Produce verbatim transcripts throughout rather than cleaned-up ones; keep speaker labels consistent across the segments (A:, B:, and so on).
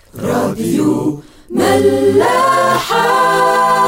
A: راديو ملاحة.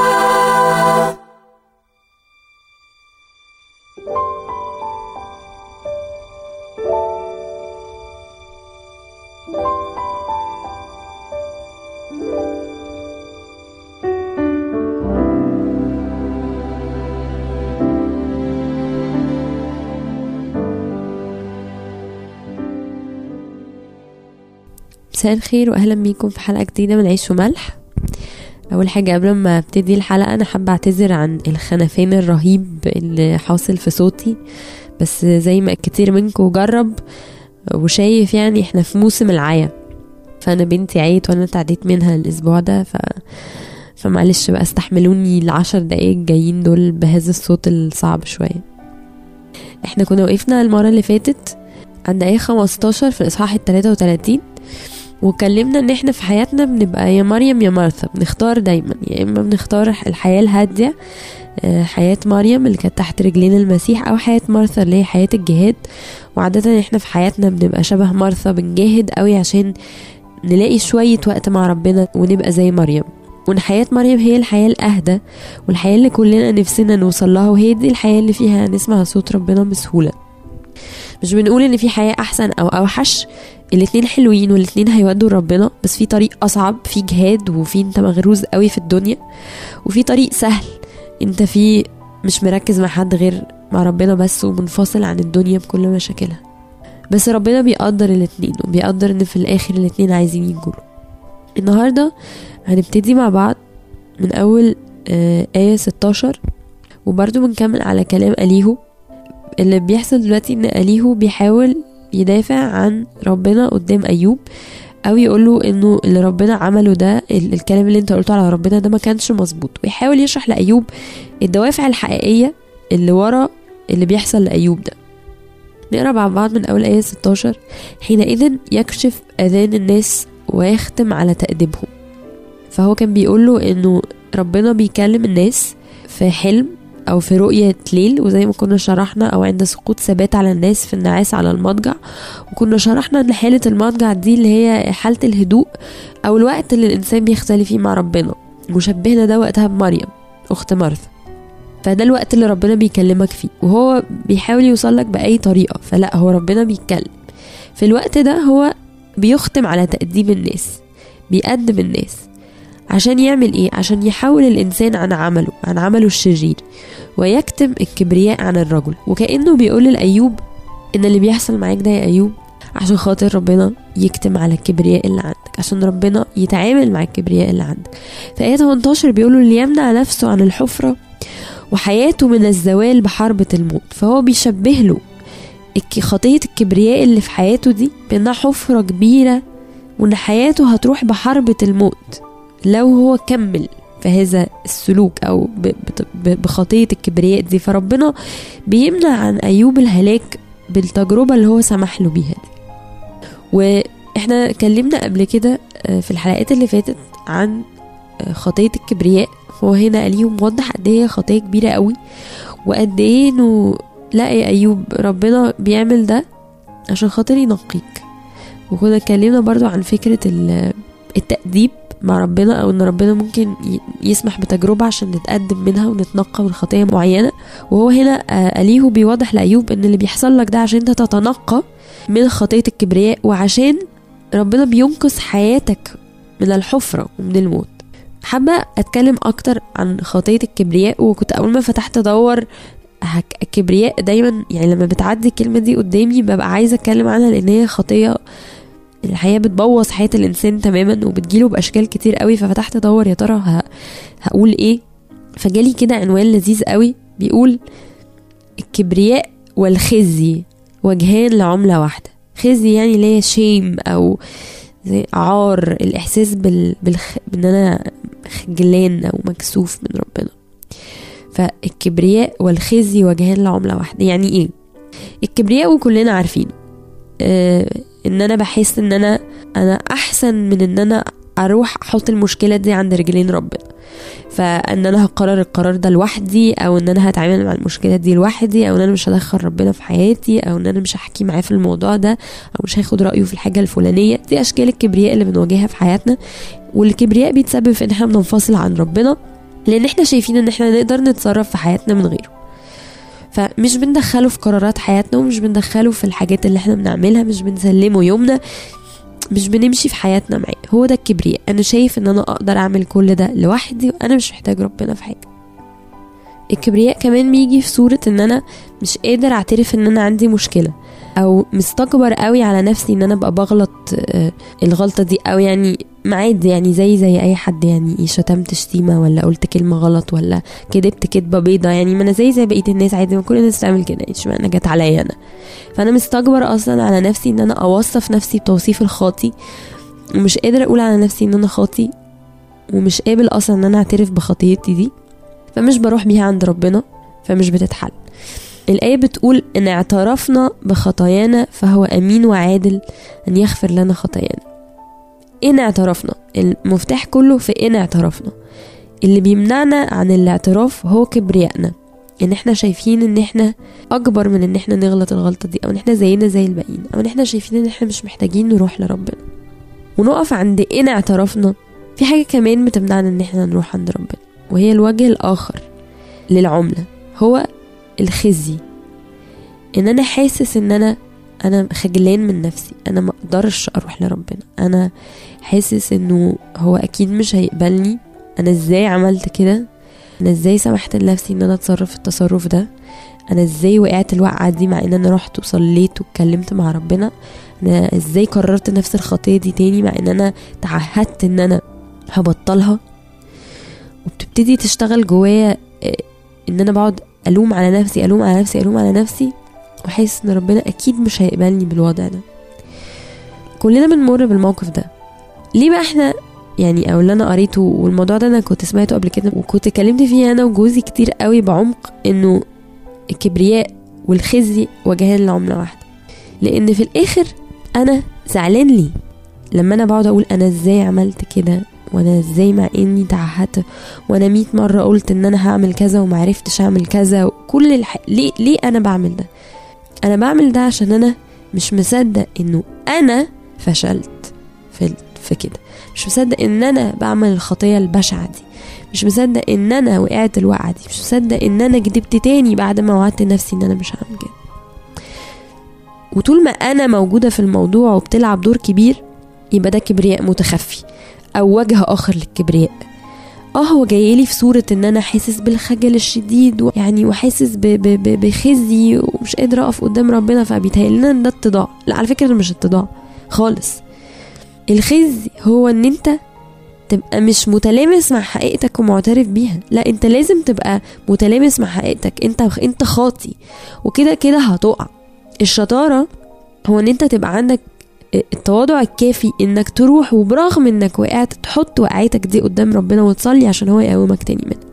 B: مساء الخير واهلا بيكم في حلقه جديده من عيش وملح. اول حاجه قبل ما ابتدي الحلقه انا حابه اعتذر عن الخنفان الرهيب اللي حاصل في صوتي، بس زي ما كتير منكم جرب وشايف يعني احنا في موسم العيا، فانا بنتي عيت وانا تعديت منها الاسبوع ده، ف فمعلش بقى استحملوني العشر دقايق جايين دول بهذا الصوت الصعب شويه. احنا كنا وقفنا المره اللي فاتت عند ايه خمستاشر في الاصحاح الثلاثة وثلاثين، وكلمنا ان احنا في حياتنا بنبقى يا مريم يا مرثا، بنختار دايما، يا اما بنختار الحياة الهادية حياة مريم اللي كانت تحت رجلين المسيح، او حياة مرثا اللي هي حياة الجهاد. وعادة احنا في حياتنا بنبقى شبه مرثا، بنجاهد قوي عشان نلاقي شوية وقت مع ربنا ونبقى زي مريم. وان حياة مريم هي الحياة الاهدى والحياة اللي كلنا نفسنا نوصل لها، وهي دي الحياة اللي فيها نسمع صوت ربنا بسهولة. مش بنقول ان في حياة احسن او اوحش، الاتنين حلوين والاتنين هيودوا ربنا، بس في طريق اصعب، في جهاد وفي انت مغروز قوي في الدنيا، وفي طريق سهل انت فيه مش مركز مع حد غير مع ربنا بس، ومنفصل عن الدنيا بكل مشاكلها. بس ربنا بيقدر الاتنين، وبيقدر ان في الاخر الاتنين عايزين يجوا. النهاردة هنبتدي مع بعض من اول آه آية ستاشر، وبرضو بنكمل على كلام أليهو. اللي بيحصل دلوقتي ان أليهو بيحاول يدافع عن ربنا قدام أيوب، او يقوله انه اللي ربنا عمله ده، الكلام اللي انت قلته على ربنا ده ما كانش مظبوط، ويحاول يشرح لأيوب الدوافع الحقيقية اللي ورا اللي بيحصل لأيوب ده. نقرأ مع بعض من اول آية ستاشر. حينئذ يكشف اذان الناس ويختم على تأديبهم. فهو كان بيقوله انه ربنا بيكلم الناس في حلم او في رؤية ليل، وزي ما كنا شرحنا، او عند سقوط ثبات على الناس في النعاس على المضجع. وكنا شرحنا ان حالة المضجع دي اللي هي حالة الهدوء او الوقت اللي الانسان بيختلي فيه مع ربنا، وشبهنا ده وقتها بمريم اخت مرثا. فده الوقت اللي ربنا بيكلمك فيه، وهو بيحاول يوصلك بأي طريقة. فلا، هو ربنا بيتكلم في الوقت ده، هو بيختم على تأديب الناس، بيأدب الناس عشان يعمل ايه؟ عشان يحول الانسان عن عمله عن عمله الشرير، ويكتم الكبرياء عن الرجل. وكأنه بيقول لأيوب ان اللي بيحصل معاك ده يا أيوب عشان خاطر ربنا يكتم على الكبرياء اللي عندك، عشان ربنا يتعامل مع الكبرياء اللي عندك. في آية تمنتاشر بيقولوا اللي يمنع نفسه عن الحفرة وحياته من الزوال بحربة الموت. فهو بيشبه له خطية الكبرياء اللي في حياته دي بأنها حفرة كبيرة، وان حياته هتروح بحربة الموت لو هو كمل في هذا السلوك او بخطية الكبرياء دي. فربنا بيمنع عن أيوب الهلاك بالتجربة اللي هو سمح له بيها دي. واحنا كلمنا قبل كده في الحلقات اللي فاتت عن خطية الكبرياء، هو هنا أليهو موضح قد ايه خطية كبيرة قوي، وقد ايه انه لا يا أيوب ربنا بيعمل ده عشان خاطر ينقيك. وكنا اتكلمنا برضو عن فكرة التأديب مع ربنا، او ان ربنا ممكن يسمح بتجربة عشان نتقدم منها ونتنقى من خطية معينة. وهو هنا أليهو بيوضح لأيوب ان اللي بيحصل لك ده عشان انت تتنقى من خطية الكبرياء، وعشان ربنا بينقذ حياتك من الحفرة ومن الموت. حابة اتكلم اكتر عن خطية الكبرياء، وكنت اول ما فتحت ادور الكبرياء دايما يعني لما بتعدي الكلمة دي قدامي ببقى عايزة اتكلم عنها، لان هي خطية الحياة بتبوظ حياة الإنسان تماما وبتجيله بأشكال كتير قوي. ففتحت أدور يا ترى ه... هقول إيه، فجالي كده عنوان لذيذ قوي بيقول الكبرياء والخزي وجهان لعملة واحدة. خزي يعني ليه شيم أو زي عار، الإحساس بال... بالخ... بأن أنا خجلان أو مكسوف من ربنا. فالكبرياء والخزي وجهان لعملة واحدة يعني إيه؟ الكبرياء وكلنا عارفين آه ان انا بحس ان انا انا احسن من ان انا اروح احط المشكله دي عند رجلين ربنا، فان انا هقرر القرار ده لوحدي، او ان انا هتعامل مع المشكله دي لوحدي، او ان انا مش هدخل ربنا في حياتي، او ان انا مش هحكي معاه في الموضوع ده، او مش هاخد رايه في الحاجه الفلانيه. دي اشكال الكبرياء اللي بنواجهها في حياتنا. والكبرياء بيتسبب في ان احنا بننفصل عن ربنا، لان احنا شايفين ان احنا نقدر نتصرف في حياتنا من غيره، فمش بندخله في قرارات حياتنا، ومش بندخله في الحاجات اللي احنا بنعملها، مش بنسلمه يومنا، مش بنمشي في حياتنا معاه. هو ده الكبرياء. انا شايف ان انا اقدر اعمل كل ده لوحدي، وانا مش محتاج ربنا في حاجه. الكبرياء كمان بيجي في صوره ان انا مش قادر اعترف ان انا عندي مشكله، او مستكبر قوي على نفسي ان انا ابقى بغلط الغلطه دي، او يعني معادي، يعني زي زي اي حد، يعني شتمت شتيمه، ولا قلت كلمه غلط، ولا كدبت كدبه بيضه، يعني ما انا زي زي بقيه الناس عادي، ما كل الناس بتعمل كده، مش معنى جت عليا انا. فانا مستكبر اصلا على نفسي ان انا اوصف نفسي بتوصيف الخاطي، ومش قادر اقول على نفسي ان انا خاطي، ومش قابل اصلا ان انا اعترف بخطيتي دي، فمش بروح بيها عند ربنا، فمش بتتحل. الآية بتقول إن اعترفنا بخطايانا فهو أمين وعادل أن يغفر لنا خطايانا. إن اعترفنا، المفتاح كله في إن اعترفنا. اللي بيمنعنا عن الاعتراف هو كبريائنا، إن إحنا شايفين إن إحنا أكبر من إن إحنا نغلط الغلطة دي، أو إن إحنا زينا زي الباقيين، أو إن إحنا شايفين إن إحنا مش محتاجين نروح لربنا ونقف عند إن اعترفنا. في حاجة كمان بتمنعنا إن إحنا نروح عند ربنا، وهي الوجه الآخر للعملة، هو الخزي. ان انا حاسس ان انا انا خجلان من نفسي، انا ما اقدرش اروح لربنا، انا حاسس انه هو اكيد مش هيقبلني، انا ازاي عملت كده، انا ازاي سمحت لنفسي ان انا اتصرف التصرف ده، انا ازاي وقعت الوقعه دي مع ان انا رحت وصليت واتكلمت مع ربنا، انا ازاي قررت نفس الخطيه دي تاني مع ان انا تعهدت ان انا هبطلها. وبتبتدي تشتغل جوايا ان انا بقعد ألوم على نفسي ألوم على نفسي ألوم على نفسي وحاسس ان ربنا اكيد مش هيقبلني بالوضع ده. كلنا بنمر بالموقف ده. ليه بقى احنا يعني، او اللي انا قريته، والموضوع ده انا كنت سمعته قبل كده وكنت كلمت فيه انا وجوزي كتير قوي بعمق، انه الكبرياء والخزي وجهان لعملة واحدة. لان في الاخر انا زعلان ليه لما انا بقعد اقول انا ازاي عملت كده، وانا ازاي مع اني تعهدت، وانا مية مرة قلت ان انا هعمل كذا ومعرفتش اعمل كذا، وكل الح... ليه ليه انا بعمل ده؟ انا بعمل ده عشان انا مش مصدق انه انا فشلت في في كده، مش مصدق ان انا بعمل الخطية البشعة دي، مش مصدق ان انا وقعت الوقعة دي، مش مصدق ان انا كدبت تاني بعد ما وعدت نفسي ان انا مش هعمل كده. وطول ما انا موجودة في الموضوع وبتلعب دور كبير، يبقى ده كبرياء متخفي او وجه اخر للكبرياء. اه هو جايلي في صورة ان انا حاسس بالخجل الشديد، يعني وحاسس بخزي ومش قادرة اقف قدام ربنا، فبيتهيألنا ان ده اتضاع. لا، على فكرة ده مش اتضاع خالص. الخزي هو ان انت تبقى مش متلامس مع حقيقتك ومعترف بيها. لا، انت لازم تبقى متلامس مع حقيقتك، انت انت خاطي وكده كده هتقع. الشطارة هو ان انت تبقى عندك التواضع الكافي انك تروح وبرغم انك وقعت تحط وقعتك دي قدام ربنا وتصلي عشان هو يقومك تاني منها.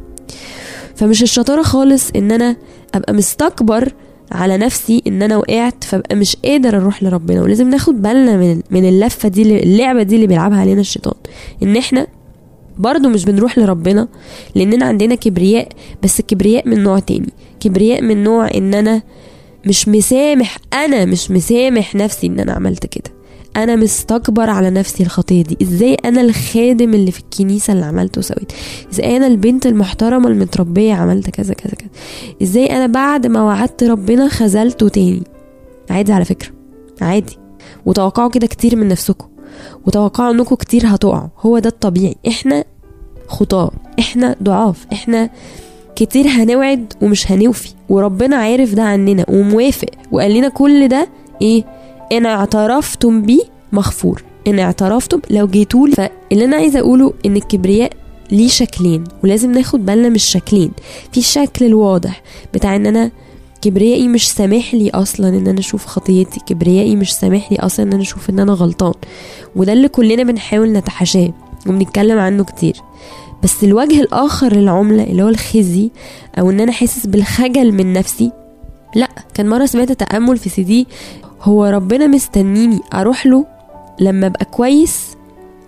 B: فمش الشطارة خالص ان انا ابقى مستكبر على نفسي ان انا وقعت فابقى مش قادر اروح لربنا. ولازم ناخد بالنا من من اللفة دي، اللعبة دي اللي بيلعبها علينا الشيطان، ان احنا برضو مش بنروح لربنا لاننا عندنا كبرياء، بس الكبرياء من نوع تاني، كبرياء من نوع ان انا مش مسامح انا مش مسامح نفسي ان انا عملت كده، انا مستكبر على نفسي الخطيه دي. ازاي انا الخادم اللي في الكنيسه اللي عملت وسويت، ازاي انا البنت المحترمه المتربيه عملت كذا كذا كذا، ازاي انا بعد ما وعدت ربنا خذلته تاني. عادي على فكره، عادي. وتوقعوا كده كتير من نفسكم، وتوقعوا انكم كتير هتقعوا. هو ده الطبيعي، احنا خطاه، احنا ضعاف، احنا كتير هنوعد ومش هنوفي، وربنا عارف ده عننا وموافق وقال لنا كل ده ايه؟ ان اعترفتم بيه مغفور، ان اعترفتم لو جيتولي. فاللي انا عايزه اقوله ان الكبرياء ليه شكلين، ولازم ناخد بالنا من الشكلين. في الشكل الواضح بتاع ان انا كبريائي مش سامح لي اصلا ان انا اشوف خطيتي، كبريائي مش سامح لي اصلا ان انا اشوف ان انا غلطان، وده اللي كلنا بنحاول نتحاشاه وبنتكلم عنه كتير. بس الوجه الاخر للعمله اللي هو الخزي، او ان انا حاسس بالخجل من نفسي. لا، كان مره سمعت تأمل في سي دي، هو ربنا مستنيني اروح له لما ابقى كويس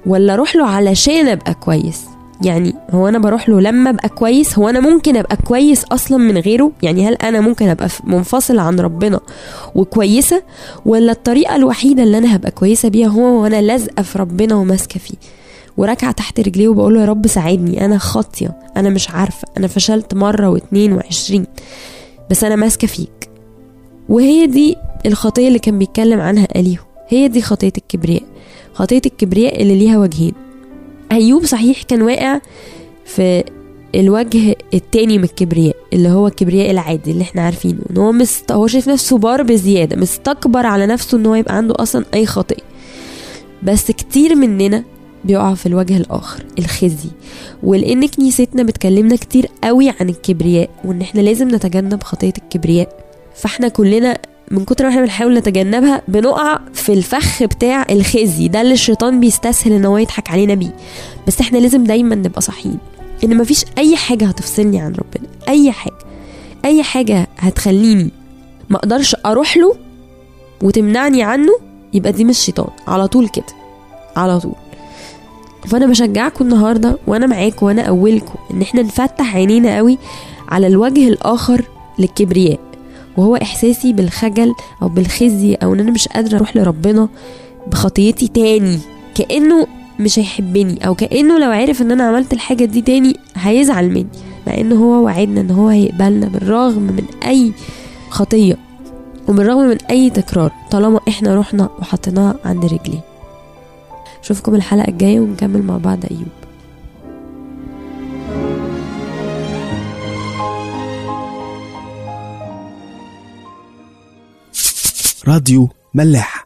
B: ولا اروح له علشان ابقى كويس؟ يعني هو انا بروح له لما ابقى كويس؟ هو انا ممكن ابقى كويس اصلا من غيره؟ يعني هل انا ممكن ابقى منفصلة عن ربنا وكويسة، ولا الطريقة الوحيدة اللي انا هبقى كويسة بيها هو وانا لازقة في ربنا وماسكة فيه وراكعة تحت رجليه وبقول له يا رب ساعدني، انا خاطية، انا مش عارفة، انا فشلت مرة واتنين وعشرين، بس انا ماسكة فيك. وهي دي الخطية اللي كان بيتكلم عنها أليهو، هي دي خطية الكبرياء، خطية الكبرياء اللي ليها وجهين. أيوب صحيح كان واقع في الوجه التاني من الكبرياء، اللي هو الكبرياء العادي اللي احنا عارفينه، ان هو مست... هو شايف نفسه بار بزيادة، مستكبر على نفسه ان هو يبقى عنده اصلا اي خطية. بس كتير مننا بيقع في الوجه الاخر، الخزي. ولان كنيستنا بتكلمنا كتير قوي عن الكبرياء وان احنا لازم نتجنب خطية الكبرياء، فاحنا كلنا من كتر ما احنا بنحاول نتجنبها بنقع في الفخ بتاع الخزي ده اللي الشيطان بيستسهل ان هو يضحك علينا بيه. بس احنا لازم دايما نبقى صحيين ان مفيش اي حاجة هتفصلني عن ربنا، اي حاجة اي حاجة هتخليني ما اقدرش اروح له وتمنعني عنه، يبقى دي مش شيطان، على طول كده على طول. فانا بشجعكم النهاردة وانا معاكم وانا اولكم ان احنا نفتح عينينا قوي على الوجه الاخر للكبرياء، وهو احساسي بالخجل او بالخزي، او ان انا مش قادرة اروح لربنا بخطيتي تاني، كأنه مش هيحبني، او كأنه لو عارف ان انا عملت الحاجة دي تاني هيزعل مني، مع انه هو وعدنا ان هو هيقبلنا بالرغم من اي خطية وبالرغم من اي تكرار، طالما احنا رحنا وحطيناها عند رجلي. اشوفكم الحلقة الجاية ونكمل مع بعض أيوب.
A: راديو ملاح.